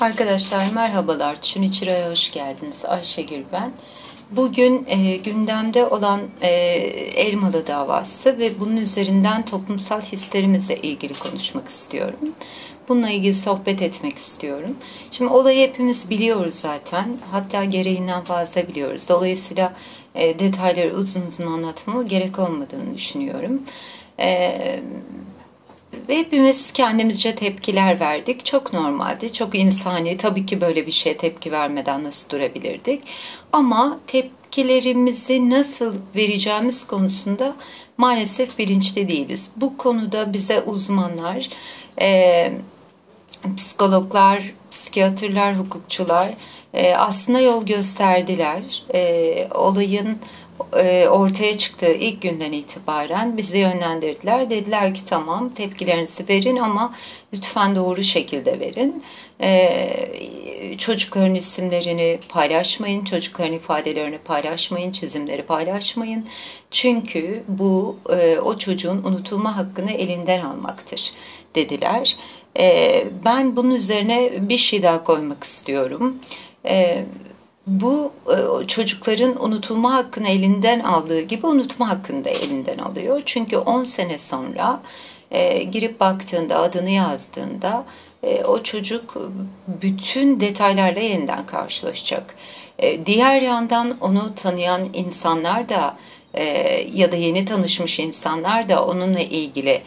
Arkadaşlar merhabalar, Çuniçira'ya hoş geldiniz. Ayşegül ben. Bugün gündemde olan Elmalı davası ve bunun üzerinden toplumsal hislerimizle ilgili konuşmak istiyorum. Bununla ilgili sohbet etmek istiyorum. Şimdi olayı hepimiz biliyoruz zaten. Hatta gereğinden fazla biliyoruz. Dolayısıyla detayları uzun uzun anlatmama gerek olmadığını düşünüyorum. Ve hepimiz kendimizce tepkiler verdik. Çok normaldi, çok insani. Tabii ki böyle bir şeye tepki vermeden nasıl durabilirdik? Ama tepkilerimizi nasıl vereceğimiz konusunda maalesef bilinçli değiliz. Bu konuda bize uzmanlar, psikologlar, psikiyatrlar, hukukçular aslında yol gösterdiler. Olayın ortaya çıktığı ilk günden itibaren bizi yönlendirdiler. Dediler ki tamam tepkilerinizi verin ama lütfen doğru şekilde verin. Çocukların isimlerini paylaşmayın, çocukların ifadelerini paylaşmayın, çizimleri paylaşmayın. Çünkü bu o çocuğun unutulma hakkını elinden almaktır dediler. Ben bunun üzerine bir şey daha koymak istiyorum. Bu çocukların unutulma hakkını elinden aldığı gibi unutma hakkını da elinden alıyor. Çünkü 10 sene sonra girip baktığında, adını yazdığında o çocuk bütün detaylarla yeniden karşılaşacak. Diğer yandan onu tanıyan insanlar da ya da yeni tanışmış insanlar da onunla ilgili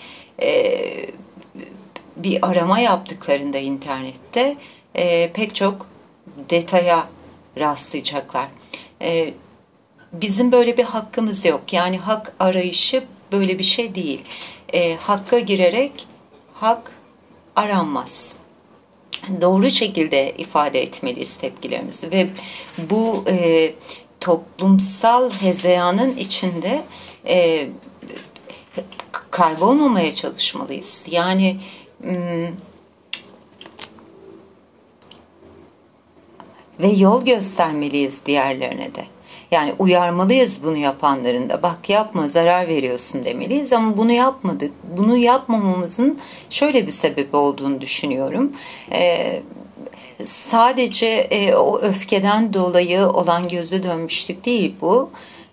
bir arama yaptıklarında internette pek çok detaya rastlayacaklar. Bizim böyle bir hakkımız yok. Yani hak arayışı böyle bir şey değil. Hakka girerek hak aranmaz. Doğru şekilde ifade etmeliyiz tepkilerimizi ve bu toplumsal hezeyanın içinde kaybolmamaya çalışmalıyız. Yani ve yol göstermeliyiz diğerlerine de. Yani uyarmalıyız bunu yapanların da. Bak yapma, zarar veriyorsun demeliyiz ama bunu yapmadık. Bunu yapmamamızın şöyle bir sebebi olduğunu düşünüyorum. Sadece o öfkeden dolayı olan gözü dönmüşlük değil bu.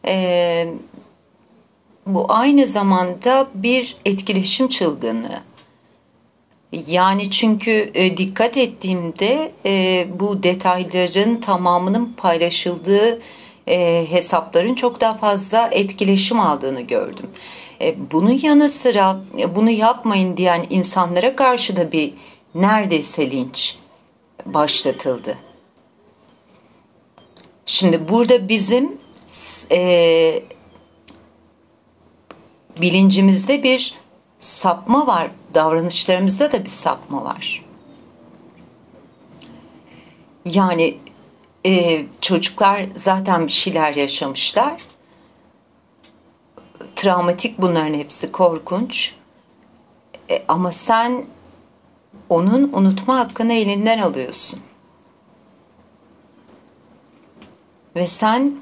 Bu aynı zamanda bir etkileşim çılgınlığı. Yani çünkü dikkat ettiğimde bu detayların tamamının paylaşıldığı hesapların çok daha fazla etkileşim aldığını gördüm. Bunun yanı sıra bunu yapmayın diyen insanlara karşı da bir neredeyse linç başlatıldı. Şimdi burada bizim bilincimizde bir sapma var, davranışlarımızda da bir sapma var. Yani çocuklar zaten bir şeyler yaşamışlar. Travmatik, bunların hepsi korkunç. Ama sen onun unutma hakkını elinden alıyorsun. Ve sen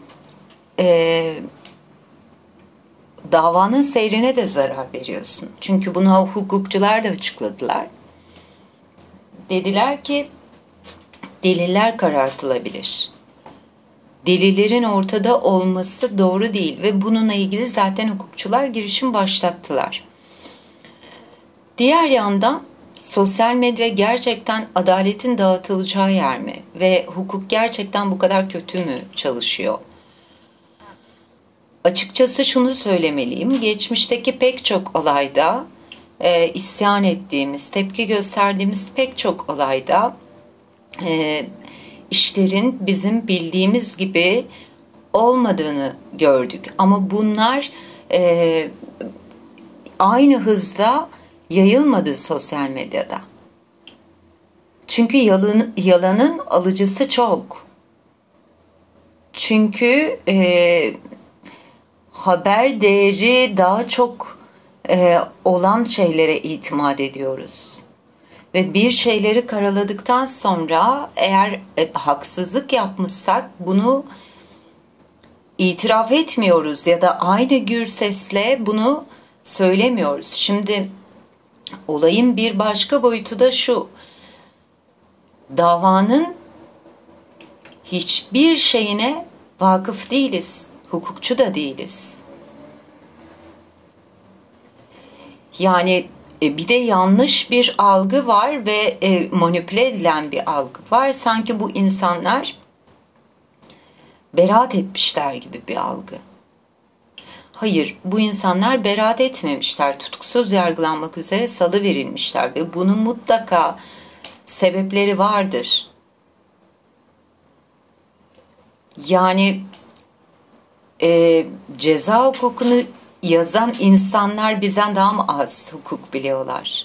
davanın seyrine de zarar veriyorsun. Çünkü bunu hukukçular da açıkladılar. Dediler ki deliller karartılabilir. Delillerin ortada olması doğru değil ve bununla ilgili zaten hukukçular girişim başlattılar. Diğer yandan sosyal medya gerçekten adaletin dağıtılacağı yer mi? Ve hukuk gerçekten bu kadar kötü mü çalışıyor? Açıkçası şunu söylemeliyim. Geçmişteki pek çok olayda isyan ettiğimiz, tepki gösterdiğimiz pek çok olayda işlerin bizim bildiğimiz gibi olmadığını gördük. Ama bunlar aynı hızda yayılmadı sosyal medyada. Çünkü yalanın alıcısı çok. Çünkü haber değeri daha çok olan şeylere itimat ediyoruz. Ve bir şeyleri karaladıktan sonra eğer haksızlık yapmışsak bunu itiraf etmiyoruz ya da aynı gür sesle bunu söylemiyoruz. Şimdi olayın bir başka boyutu da şu. davanın hiçbir şeyine vakıf değiliz. Hukukçu da değiliz. Yani bir de yanlış bir algı var ve manipüle edilen bir algı var. Sanki bu insanlar beraat etmişler gibi bir algı. Hayır, bu insanlar beraat etmemişler. Tutuksuz yargılanmak üzere salı verilmişler ve bunun mutlaka sebepleri vardır. Yani ceza hukukunu yazan insanlar bizden daha mı az hukuk biliyorlar?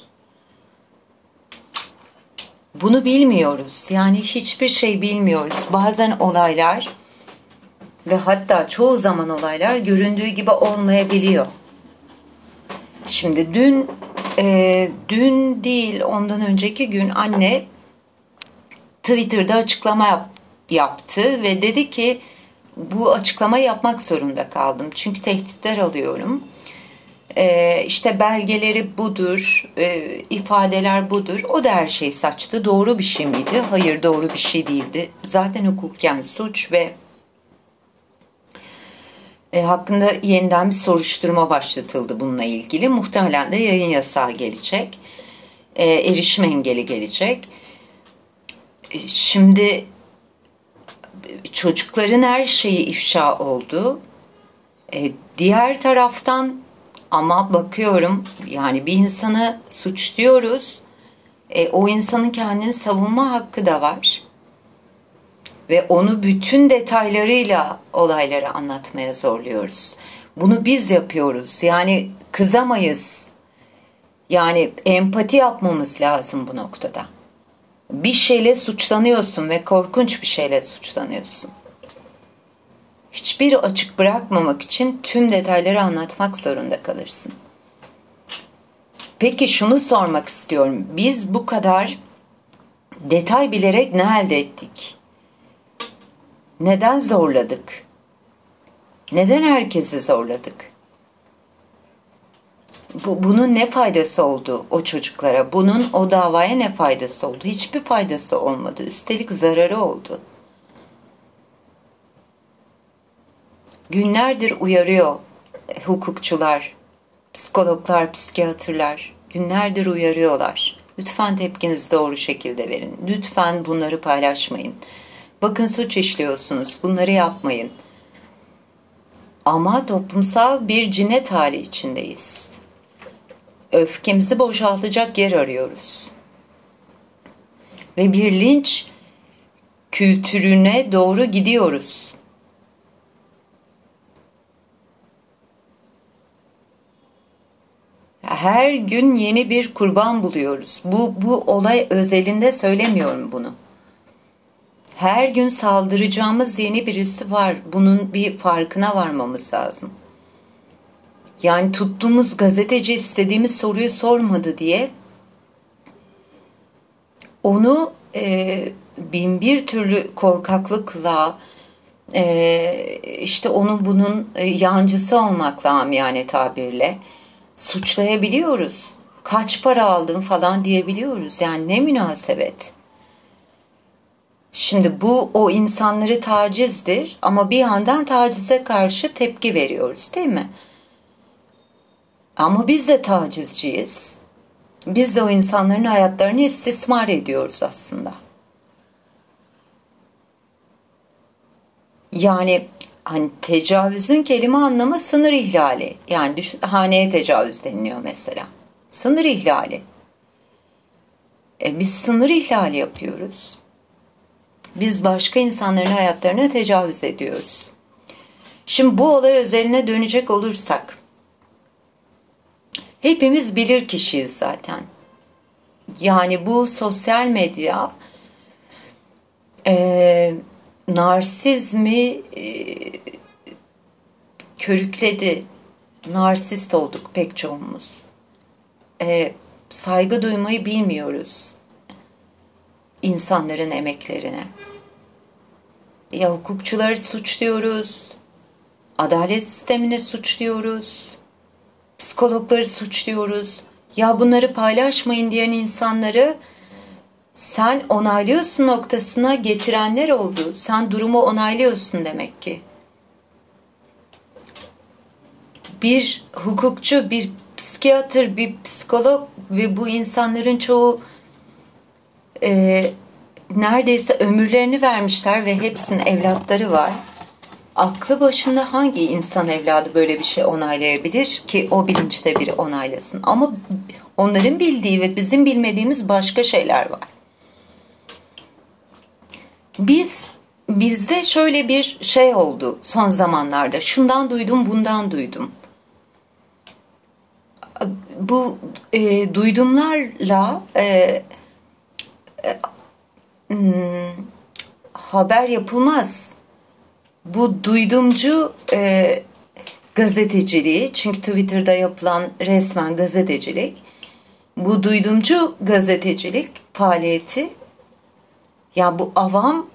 Bunu bilmiyoruz. Yani hiçbir şey bilmiyoruz. Bazen olaylar ve hatta çoğu zaman olaylar göründüğü gibi olmayabiliyor. Şimdi dün değil, ondan önceki gün anne Twitter'da açıklama yaptı ve dedi ki bu açıklamayı yapmak zorunda kaldım. Çünkü tehditler alıyorum. İşte belgeleri budur, ifadeler budur. O da her şey saçtı. Doğru bir şey miydi? Hayır, doğru bir şey değildi. Zaten hukuken suç ve hakkında yeniden bir soruşturma başlatıldı bununla ilgili. Muhtemelen de yayın yasağı gelecek. Erişim engeli gelecek. Şimdi çocukların her şeyi ifşa oldu. Diğer taraftan ama bakıyorum yani bir insanı suçluyoruz. O insanın kendini savunma hakkı da var. Ve onu bütün detaylarıyla olayları anlatmaya zorluyoruz. Bunu biz yapıyoruz. Yani kızamayız. Yani empati yapmamız lazım bu noktada. Bir şeyle suçlanıyorsun ve korkunç bir şeyle suçlanıyorsun. Hiçbir açık bırakmamak için tüm detayları anlatmak zorunda kalırsın. Peki şunu sormak istiyorum. Biz bu kadar detay bilerek ne elde ettik? Neden zorladık? Neden herkesi zorladık? Bunun ne faydası oldu o çocuklara? Bunun o davaya ne faydası oldu? Hiçbir faydası olmadı. Üstelik zararı oldu. Günlerdir uyarıyor hukukçular, psikologlar, psikiyatrlar. Günlerdir uyarıyorlar. Lütfen tepkinizi doğru şekilde verin. Lütfen bunları paylaşmayın. Bakın suç işliyorsunuz. Bunları yapmayın. Ama toplumsal bir cinnet hali içindeyiz. Öfkemizi boşaltacak yer arıyoruz. Ve bir linç kültürüne doğru gidiyoruz. Her gün yeni bir kurban buluyoruz. Bu olay özelinde söylemiyorum bunu. Her gün saldıracağımız yeni birisi var. Bunun bir farkına varmamız lazım. Yani tuttuğumuz gazeteci istediğimiz soruyu sormadı diye onu bin bir türlü korkaklıkla işte onun bunun yancısı olmakla amiyane tabirle suçlayabiliyoruz. Kaç para aldın falan diyebiliyoruz. Yani ne münasebet. Şimdi bu o insanları tacizdir ama bir yandan tacize karşı tepki veriyoruz değil mi? Ama biz de tacizciyiz. Biz de o insanların hayatlarını istismar ediyoruz aslında. Yani hani tecavüzün kelime anlamı sınır ihlali. Yani haneye tecavüz deniliyor mesela. Sınır ihlali. Biz sınır ihlali yapıyoruz. Biz başka insanların hayatlarına tecavüz ediyoruz. Şimdi bu olay özeline dönecek olursak, hepimiz bilir kişiyiz zaten. Yani bu sosyal medya narsizmi körükledi. Narsist olduk pek çoğumuz. Saygı duymayı bilmiyoruz insanların emeklerine. Ya hukukçuları suçluyoruz, adalet sistemini suçluyoruz, psikologları suçluyoruz. Ya bunları paylaşmayın diyen insanları Sen onaylıyorsun noktasına getirenler oldu. Sen durumu onaylıyorsun demek ki. Bir hukukçu, bir psikiyatr, bir psikolog ve bu insanların çoğu neredeyse ömürlerini vermişler ve hepsinin evlatları var. Aklı başında hangi insan evladı böyle bir şey onaylayabilir ki o bilinçte biri onaylasın? Ama onların bildiği ve bizim bilmediğimiz başka şeyler var. Bizde şöyle bir şey oldu son zamanlarda. Şundan duydum, bundan duydum. Bu duydumlarla haber yapılmaz. Bu duydumcu gazeteciliği, çünkü Twitter'da yapılan resmen gazetecilik, bu duydumcu gazetecilik faaliyeti, ya bu avam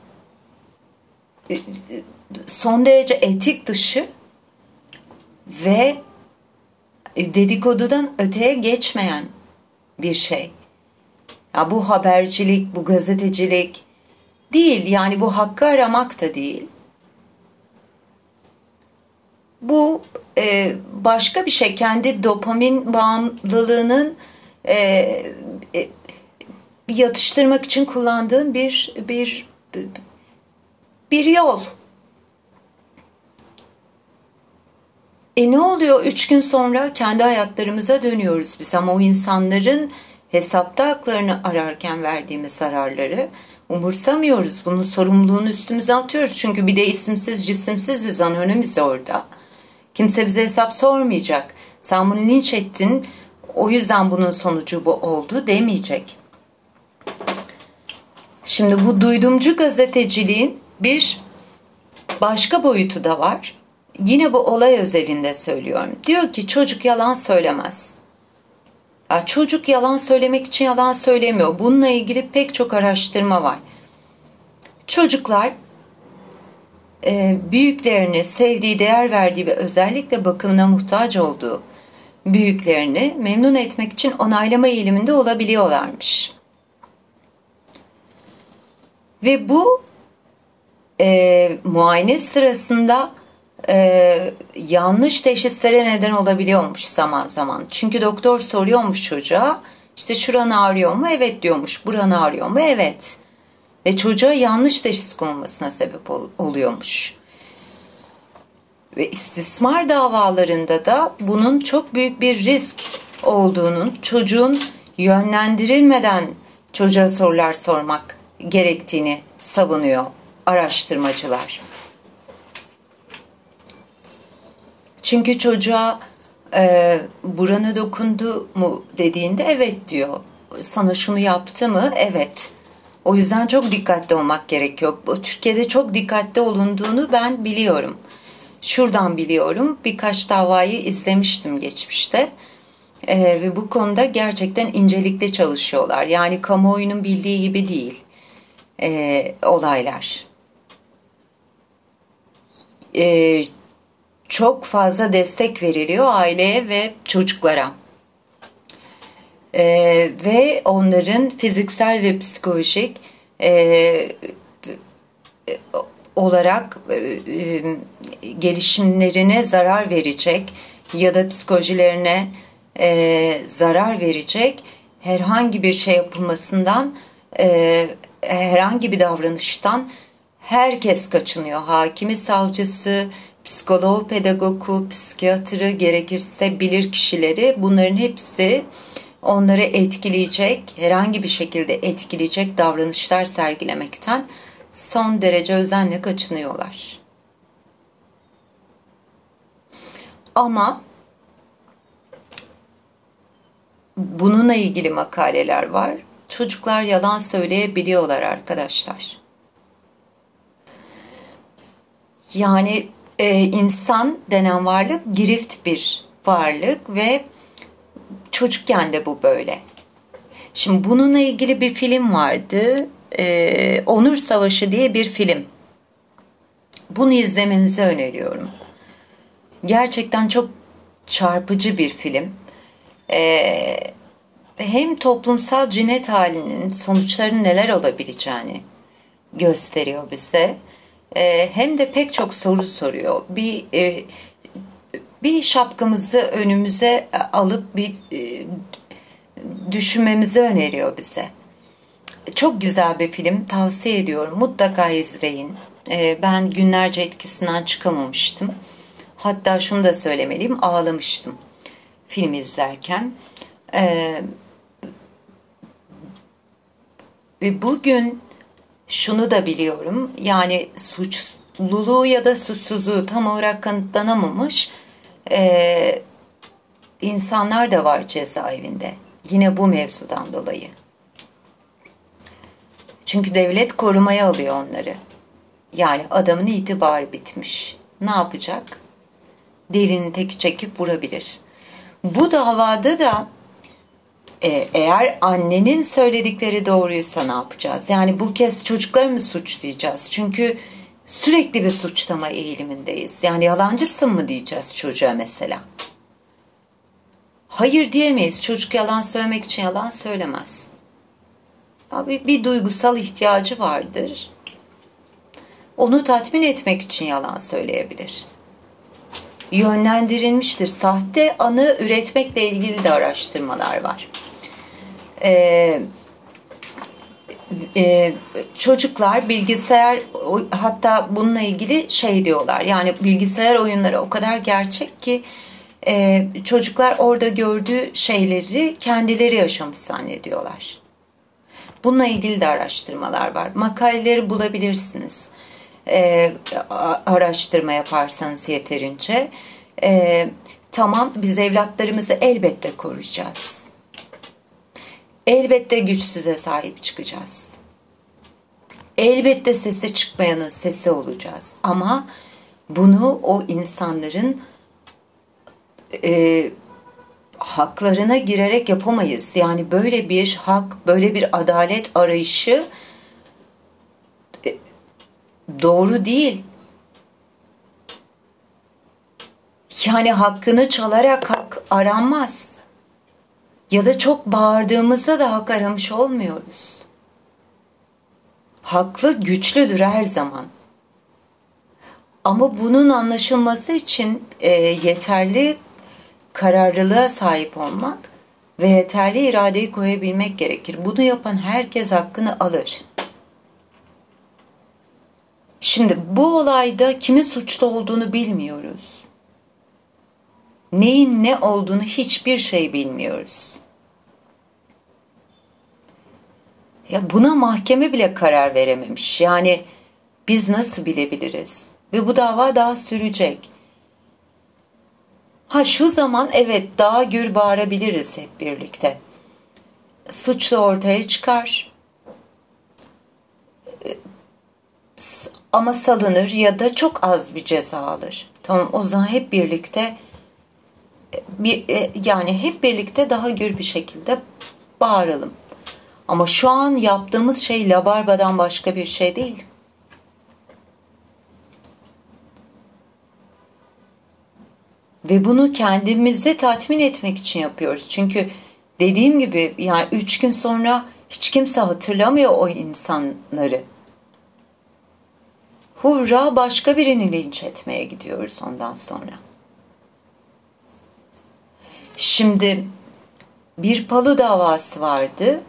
son derece etik dışı ve dedikodudan öteye geçmeyen bir şey. Ya bu habercilik, bu gazetecilik değil, yani bu hakkı aramak da değil. Bu başka bir şey, kendi dopamin bağımlılığının yatıştırmak için kullandığım bir yol. Ne oluyor? 3 gün sonra kendi hayatlarımıza dönüyoruz biz, ama o insanların hesapta haklarını ararken verdiğimiz zararları umursamıyoruz. Bunun sorumluluğunu üstümüze atıyoruz. Çünkü bir de isimsiz, cisimsiz bir anonimiz orada. Kimse bize hesap sormayacak. Sen bunu linç ettin, o yüzden bunun sonucu bu oldu demeyecek. Şimdi bu duydumcu gazeteciliğin bir başka boyutu da var. Yine bu olay özelinde söylüyorum. Diyor ki çocuk yalan söylemez. Ya çocuk yalan söylemek için yalan söylemiyor. Bununla ilgili pek çok araştırma var. Çocuklar büyüklerini sevdiği, değer verdiği ve özellikle bakımına muhtaç olduğu büyüklerini memnun etmek için onaylama eğiliminde olabiliyorlarmış. Ve bu muayene sırasında yanlış teşhislere neden olabiliyormuş zaman zaman. Çünkü doktor soruyormuş çocuğa, işte şuran ağrıyor mu? Evet diyormuş. Buran ağrıyor mu? Evet. Ve çocuğa yanlış teşhis konulmasına sebep oluyormuş. Ve istismar davalarında da bunun çok büyük bir risk olduğunun, çocuğun yönlendirilmeden çocuğa sorular sormak gerektiğini savunuyor araştırmacılar. Çünkü çocuğa burana dokundu mu dediğinde evet diyor. Sana şunu yaptı mı? Evet. O yüzden çok dikkatli olmak gerekiyor. Türkiye'de çok dikkatli olunduğunu ben biliyorum. Şuradan biliyorum. Birkaç davayı izlemiştim geçmişte. Ve bu konuda gerçekten incelikle çalışıyorlar. Yani kamuoyunun bildiği gibi değil olaylar. Çok fazla destek veriliyor aileye ve çocuklara. Ve onların fiziksel ve psikolojik olarak gelişimlerine zarar verecek ya da psikolojilerine zarar verecek herhangi bir şey yapılmasından, herhangi bir davranıştan herkes kaçınıyor. Hakimi, savcısı, psikoloğu, pedagogu, psikiyatrı, gerekirse bilir kişileri, bunların hepsi onları etkileyecek, herhangi bir şekilde etkileyecek davranışlar sergilemekten son derece özenle kaçınıyorlar. Ama bununla ilgili makaleler var. Çocuklar yalan söyleyebiliyorlar arkadaşlar. Yani insan denen varlık girift bir varlık ve çocukken de bu böyle. Şimdi bununla ilgili bir film vardı. Onur Savaşı diye bir film. Bunu izlemenizi öneriyorum. Gerçekten çok çarpıcı bir film. hem toplumsal cinnet halinin sonuçlarının neler olabileceğini gösteriyor bize. Hem de pek çok soru soruyor. Bir şapkamızı önümüze alıp bir düşünmemizi öneriyor bize. Çok güzel bir film, tavsiye ediyorum. Mutlaka izleyin. Ben günlerce etkisinden çıkamamıştım. Hatta şunu da söylemeliyim, ağlamıştım film izlerken. Ve bugün şunu da biliyorum, yani suçluluğu ya da suçsuzluğu tam olarak kanıtlanamamış insanlar da var cezaevinde. Yine bu mevzudan dolayı. Çünkü devlet korumaya alıyor onları. Yani adamın itibarı bitmiş. Ne yapacak? Derini tek çekip vurabilir. Bu davada da eğer annenin söyledikleri doğruysa ne yapacağız? Yani bu kez çocukları mı suçlayacağız? Çünkü sürekli bir suçlama eğilimindeyiz. Yani yalancısın mı diyeceğiz çocuğa mesela? Hayır diyemeyiz. Çocuk yalan söylemek için yalan söylemez. Bir duygusal ihtiyacı vardır. Onu tatmin etmek için yalan söyleyebilir. Yönlendirilmiştir. Sahte anı üretmekle ilgili de araştırmalar var. Çocuklar bilgisayar, hatta bununla ilgili şey diyorlar, yani bilgisayar oyunları o kadar gerçek ki çocuklar orada gördüğü şeyleri kendileri yaşamış zannediyorlar. Bununla ilgili de araştırmalar var. Makaleleri bulabilirsiniz. Araştırma yaparsanız yeterince. Tamam, biz evlatlarımızı elbette koruyacağız. Elbette güçsüze sahip çıkacağız. Elbette sesi çıkmayanın sesi olacağız. Ama bunu o insanların haklarına girerek yapamayız. Yani böyle bir hak, böyle bir adalet arayışı doğru değil. Yani hakkını çalarak hak aranmaz. Ya da çok bağırdığımızda da hak aramış olmuyoruz. Haklı güçlüdür her zaman. Ama bunun anlaşılması için yeterli kararlılığa sahip olmak ve yeterli iradeyi koyabilmek gerekir. Bunu yapan herkes hakkını alır. Şimdi bu olayda kimin suçlu olduğunu bilmiyoruz. Neyin ne olduğunu hiçbir şey bilmiyoruz. Ya buna mahkeme bile karar verememiş. Yani biz nasıl bilebiliriz? Ve bu dava daha sürecek. Şu zaman evet daha gür bağırabiliriz hep birlikte. Suçlu ortaya çıkar. Ama salınır ya da çok az bir ceza alır. Tamam, o zaman hep birlikte yani hep birlikte daha gür bir şekilde bağıralım. Ama şu an yaptığımız şey labarbadan başka bir şey değil. Ve bunu kendimizi tatmin etmek için yapıyoruz. Çünkü dediğim gibi yani 3 gün sonra hiç kimse hatırlamıyor o insanları. Hurra, başka birini linç etmeye gidiyoruz ondan sonra. Şimdi bir Palu davası vardı.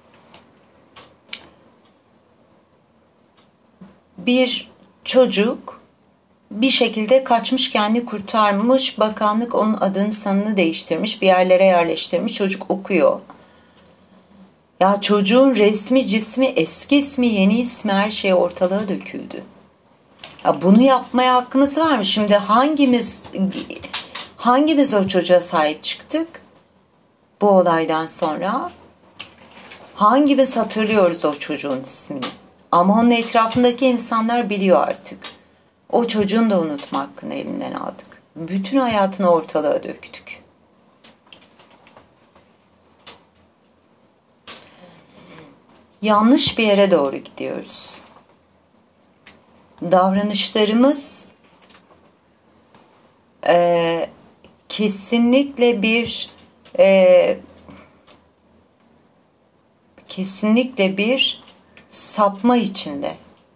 Bir çocuk bir şekilde kaçmış, kendini kurtarmış. Bakanlık onun adını sanını değiştirmiş, bir yerlere yerleştirmiş. Çocuk okuyor. Ya çocuğun resmi, cismi, eski ismi, yeni ismi, her şey ortalığa döküldü. Ya bunu yapmaya hakkımız var mı? Şimdi hangimiz o çocuğa sahip çıktık bu olaydan sonra? Hangimiz hatırlıyoruz o çocuğun ismini? Ama onun etrafındaki insanlar biliyor artık. O çocuğun da unutma hakkını elinden aldık. Bütün hayatını ortalığa döktük. Yanlış bir yere doğru gidiyoruz. Davranışlarımız kesinlikle bir kesinlikle bir sapma içinde.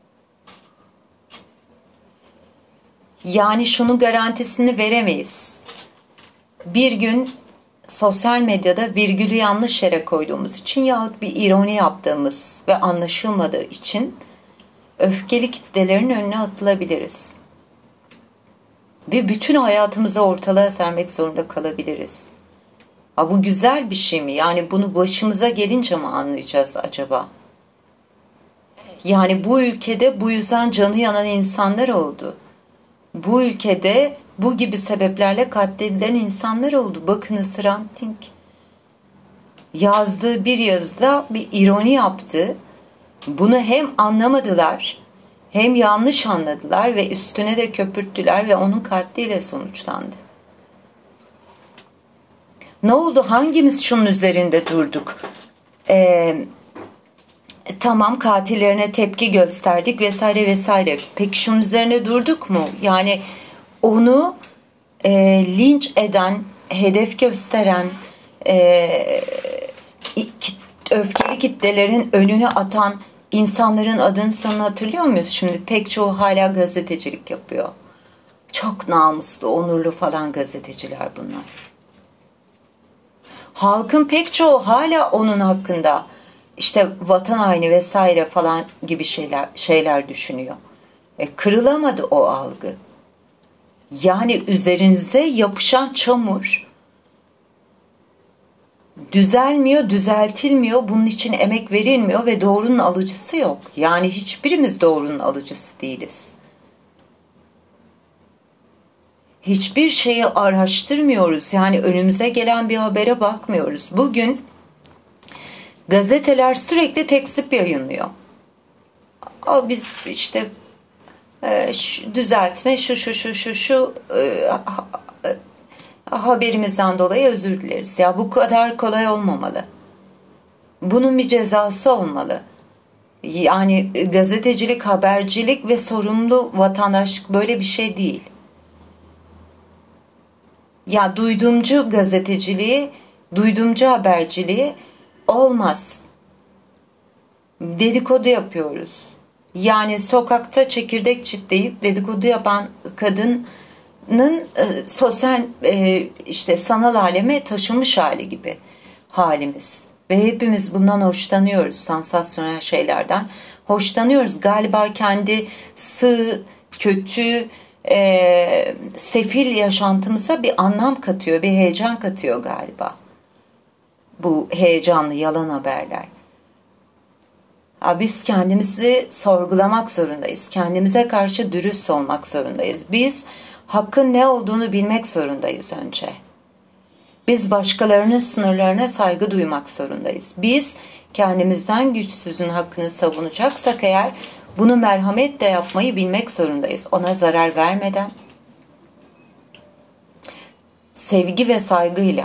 Yani şunun garantisini veremeyiz. Bir gün sosyal medyada virgülü yanlış yere koyduğumuz için yahut bir ironi yaptığımız ve anlaşılmadığı için öfkeli kitlelerin önüne atılabiliriz. Ve bütün hayatımızı ortalığa sermek zorunda kalabiliriz. Ha, bu güzel bir şey mi? Yani bunu başımıza gelince mi anlayacağız acaba? Yani bu ülkede bu yüzden canı yanan insanlar oldu. Bu ülkede bu gibi sebeplerle katledilen insanlar oldu. Bakınız Hrant Dink yazdığı bir yazıda bir ironi yaptı. Bunu hem anlamadılar, hem yanlış anladılar ve üstüne de köpürttüler ve onun katliyle sonuçlandı. Ne oldu? Hangimiz şunun üzerinde durduk? Tamam, katillerine tepki gösterdik vesaire vesaire. Peki şunun üzerine durduk mu? Yani onu linç eden, hedef gösteren, öfkeli kitlelerin önüne atan insanların adını sana hatırlıyor muyuz? Şimdi pek çoğu hala gazetecilik yapıyor. Çok namuslu, onurlu falan gazeteciler bunlar. Halkın pek çoğu hala onun hakkında işte vatan haini vesaire falan gibi şeyler düşünüyor. Kırılamadı o algı. Yani üzerinize yapışan çamur düzelmiyor, düzeltilmiyor, bunun için emek verilmiyor ve doğrunun alıcısı yok. Yani hiçbirimiz doğrunun alıcısı değiliz. Hiçbir şeyi araştırmıyoruz. Yani önümüze gelen bir habere bakmıyoruz. Bugün gazeteler sürekli tekzip yayınlıyor. Biz işte düzeltme şu haberimizden dolayı özür dileriz. Ya bu kadar kolay olmamalı. Bunun bir cezası olmalı. Yani gazetecilik, habercilik ve sorumlu vatandaşlık böyle bir şey değil. Ya duydumcu gazeteciliği, duydumcu haberciliği olmaz. Dedikodu yapıyoruz. Yani sokakta çekirdek çitleyip dedikodu yapan kadının sosyal işte sanal aleme taşınmış hali gibi halimiz. Ve hepimiz bundan hoşlanıyoruz. Sansasyonel şeylerden hoşlanıyoruz. Galiba kendi sığ, kötü, sefil yaşantımıza bir anlam katıyor, bir heyecan katıyor galiba. Bu heyecanlı yalan haberler. Biz kendimizi sorgulamak zorundayız. Kendimize karşı dürüst olmak zorundayız. Biz hakkın ne olduğunu bilmek zorundayız önce. Biz başkalarının sınırlarına saygı duymak zorundayız. Biz kendimizden güçsüzün hakkını savunacaksak eğer bunu merhametle yapmayı bilmek zorundayız. Ona zarar vermeden, sevgi ve saygıyla.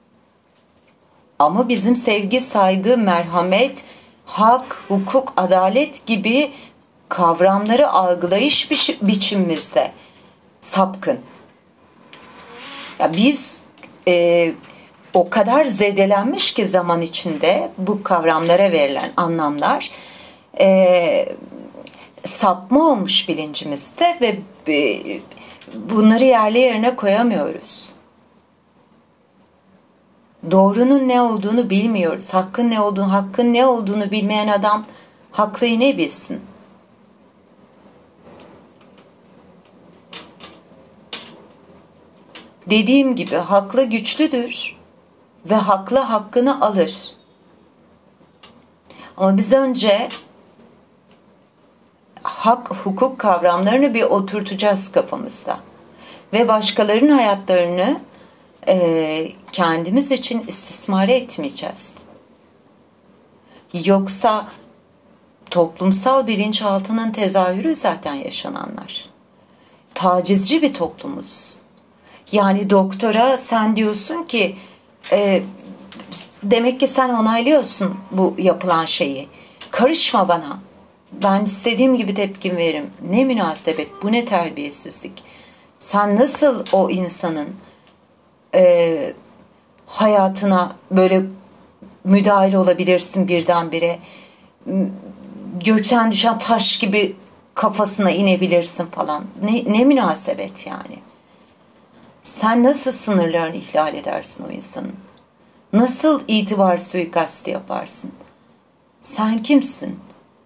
Ama bizim sevgi, saygı, merhamet, hak, hukuk, adalet gibi kavramları algılayış biçimimizde sapkın. Ya biz o kadar zedelenmiş ki zaman içinde bu kavramlara verilen anlamlar sapma olmuş bilincimizde ve bunları yerli yerine koyamıyoruz. Doğrunun ne olduğunu bilmiyoruz. Hakkın ne olduğunu bilmeyen adam haklıyı ne bilsin? Dediğim gibi haklı güçlüdür ve haklı hakkını alır. Ama biz önce hak, hukuk kavramlarını bir oturtacağız kafamızda. Ve başkalarının hayatlarını kendimiz için istismar etmeyeceğiz. Yoksa toplumsal bilinçaltının tezahürü zaten yaşananlar. Tacizci bir toplumuz. Yani doktora sen diyorsun ki demek ki sen onaylıyorsun bu yapılan şeyi. Karışma bana. Ben istediğim gibi tepkim veririm. Ne münasebet, bu ne terbiyesizlik. Sen nasıl o insanın hayatına böyle müdahale olabilirsin birdenbire. Gökten düşen taş gibi kafasına inebilirsin falan. Ne münasebet yani. Sen nasıl sınırlarını ihlal edersin o insanın? Nasıl itibar suikastı yaparsın? Sen kimsin?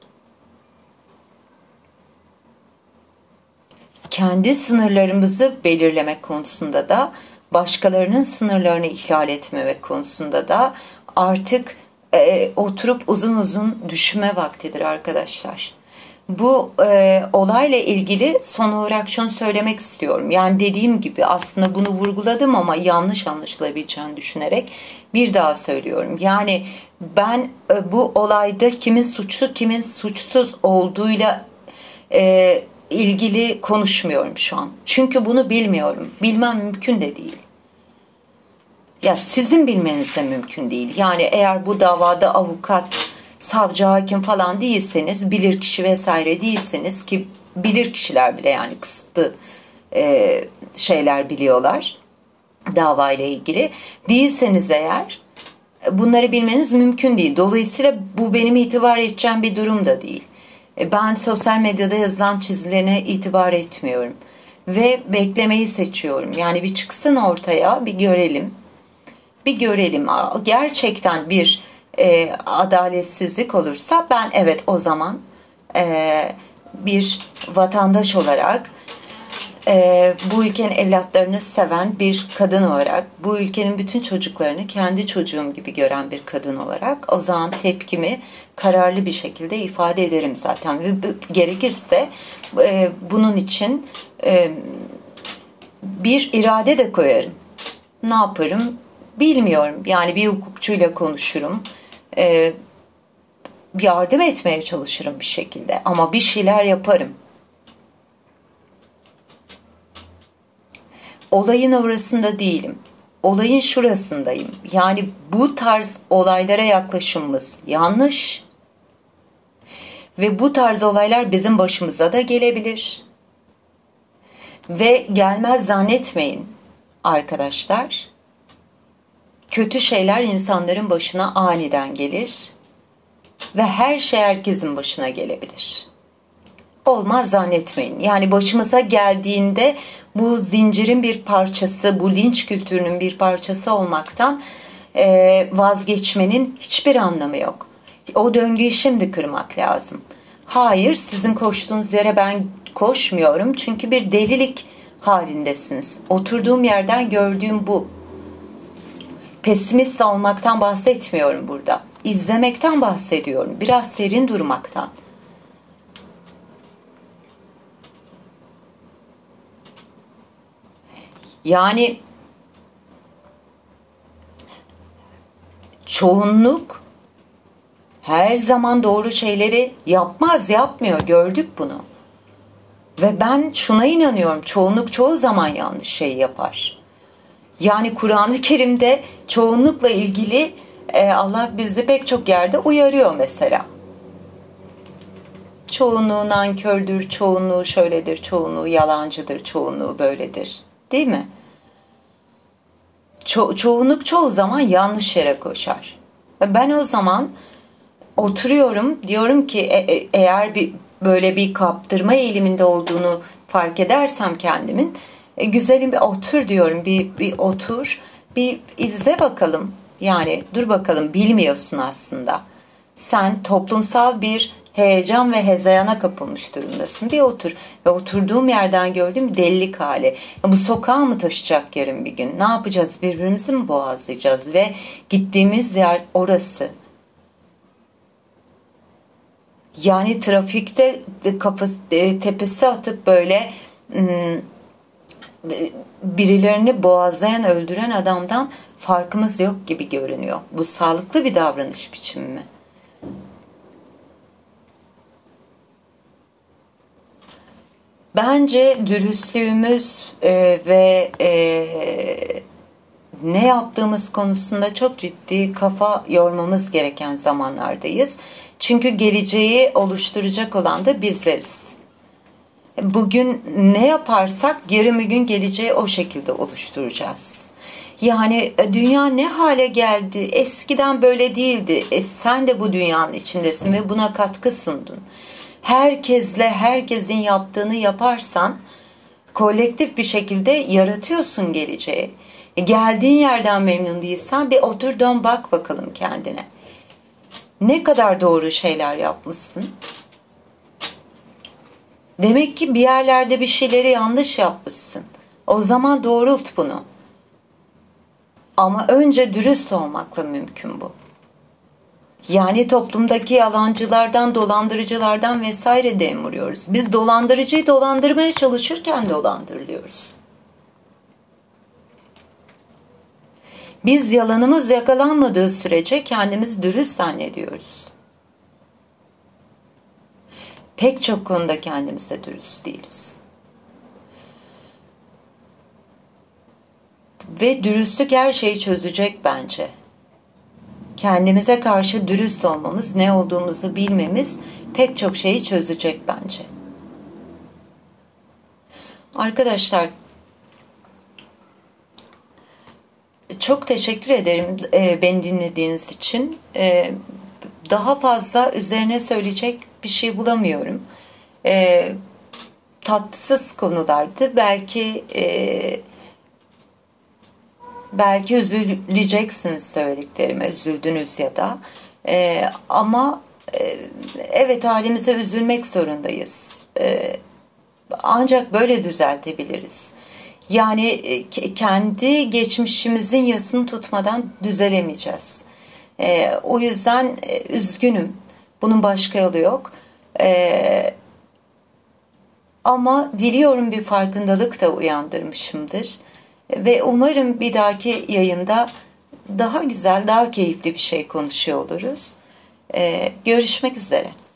Kendi sınırlarımızı belirlemek konusunda da, başkalarının sınırlarını ihlal etmemek konusunda da artık oturup uzun uzun düşünme vaktidir arkadaşlar. Bu olayla ilgili son olarak şunu söylemek istiyorum. Yani dediğim gibi aslında bunu vurguladım ama yanlış anlaşılabileceğini düşünerek bir daha söylüyorum. Yani ben bu olayda kimin suçlu kimin suçsuz olduğuyla ilgili konuşmuyorum şu an. Çünkü bunu bilmiyorum. Bilmem mümkün de değil. Ya sizin bilmeniz de mümkün değil. Yani eğer bu davada avukat, savcı, hakim falan değilseniz, bilirkişi vesaire değilseniz, ki bilirkişiler bile yani kısıtlı şeyler biliyorlar davayla ilgili, değilseniz eğer bunları bilmeniz mümkün değil. Dolayısıyla bu benim itibar edeceğim bir durum da değil. Ben sosyal medyada yazılan çizilene itibar etmiyorum. Ve beklemeyi seçiyorum. Yani bir çıksın ortaya, bir görelim. Bir görelim. Gerçekten bir adaletsizlik olursa ben evet o zaman bir vatandaş olarak, bu ülkenin evlatlarını seven bir kadın olarak, bu ülkenin bütün çocuklarını kendi çocuğum gibi gören bir kadın olarak o zaman tepkimi kararlı bir şekilde ifade ederim zaten. Ve gerekirse bunun için bir irade de koyarım. Ne yaparım bilmiyorum. Yani bir hukukçuyla konuşurum. Yardım etmeye çalışırım bir şekilde. Ama bir şeyler yaparım. Olayın orasında değilim. Olayın şurasındayım. Yani bu tarz olaylara yaklaşımımız yanlış. Ve bu tarz olaylar bizim başımıza da gelebilir. Ve gelmez zannetmeyin arkadaşlar. Kötü şeyler insanların başına aniden gelir. Ve her şey herkesin başına gelebilir. Olmaz zannetmeyin. Yani başımıza geldiğinde bu zincirin bir parçası, bu linç kültürünün bir parçası olmaktan vazgeçmenin hiçbir anlamı yok. O döngüyü şimdi kırmak lazım. Hayır, sizin koştuğunuz yere ben koşmuyorum çünkü bir delilik halindesiniz. Oturduğum yerden gördüğüm bu. Pesimist olmaktan bahsetmiyorum burada. İzlemekten bahsediyorum. Biraz serin durmaktan. Yani çoğunluk her zaman doğru şeyleri yapmaz, yapmıyor. Gördük bunu. Ve ben şuna inanıyorum. Çoğunluk çoğu zaman yanlış şey yapar. Yani Kur'an-ı Kerim'de çoğunlukla ilgili Allah bizi pek çok yerde uyarıyor mesela. Çoğunluğu nankördür, çoğunluğu şöyledir, çoğunluğu yalancıdır, çoğunluğu böyledir. Değil mi? Çoğunluk çoğu zaman yanlış yere koşar. Ve ben o zaman oturuyorum, diyorum ki eğer böyle bir kaptırma eğiliminde olduğunu fark edersem kendimin, güzelim bir otur diyorum, bir otur, bir izle bakalım. Yani dur bakalım, bilmiyorsun aslında. Sen toplumsal bir heyecan ve hezeyana kapılmış durumdasın. Bir otur. Ve oturduğum yerden gördüğüm delilik hali. Bu sokağa mı taşıyacak yarın bir gün? Ne yapacağız? Birbirimizi mi boğazlayacağız? Ve gittiğimiz yer orası. Yani trafikte tepesi atıp böyle birilerini boğazlayan, öldüren adamdan farkımız yok gibi görünüyor. Bu sağlıklı bir davranış biçimi mi? Bence dürüstlüğümüz ve ne yaptığımız konusunda çok ciddi kafa yormamız gereken zamanlardayız. Çünkü geleceği oluşturacak olan da bizleriz. Bugün ne yaparsak yarın bir gün geleceği o şekilde oluşturacağız. Yani dünya ne hale geldi? Eskiden böyle değildi. Sen de bu dünyanın içindesin ve buna katkı sundun. Herkesle herkesin yaptığını yaparsan kolektif bir şekilde yaratıyorsun geleceği. Geldiğin yerden memnun değilsen bir otur dön bak bakalım kendine. Ne kadar doğru şeyler yapmışsın? Demek ki bir yerlerde bir şeyleri yanlış yapmışsın. O zaman doğrult bunu. Ama önce dürüst olmakla mümkün bu. Yani toplumdaki yalancılardan, dolandırıcılardan vesaire dem vuruyoruz. Biz dolandırıcıyı dolandırmaya çalışırken dolandırılıyoruz. Biz yalanımız yakalanmadığı sürece kendimiz dürüst zannediyoruz. Pek çok konuda kendimize dürüst değiliz. Ve dürüstlük her şeyi çözecek bence. Kendimize karşı dürüst olmamız, ne olduğumuzu bilmemiz pek çok şeyi çözecek bence. Arkadaşlar, çok teşekkür ederim beni dinlediğiniz için. Daha fazla üzerine söyleyecek bir şey bulamıyorum. Tatsız konulardı. Belki üzüleceksiniz söylediklerime, üzüldünüz ya da. Ama evet, halimize üzülmek zorundayız. Ancak böyle düzeltebiliriz. Yani kendi geçmişimizin yasını tutmadan düzelemeyeceğiz. O yüzden üzgünüm. Bunun başka yolu yok. Ama diliyorum bir farkındalık da uyandırmışımdır. Ve umarım bir dahaki yayında daha güzel, daha keyifli bir şey konuşuyor oluruz. Görüşmek üzere.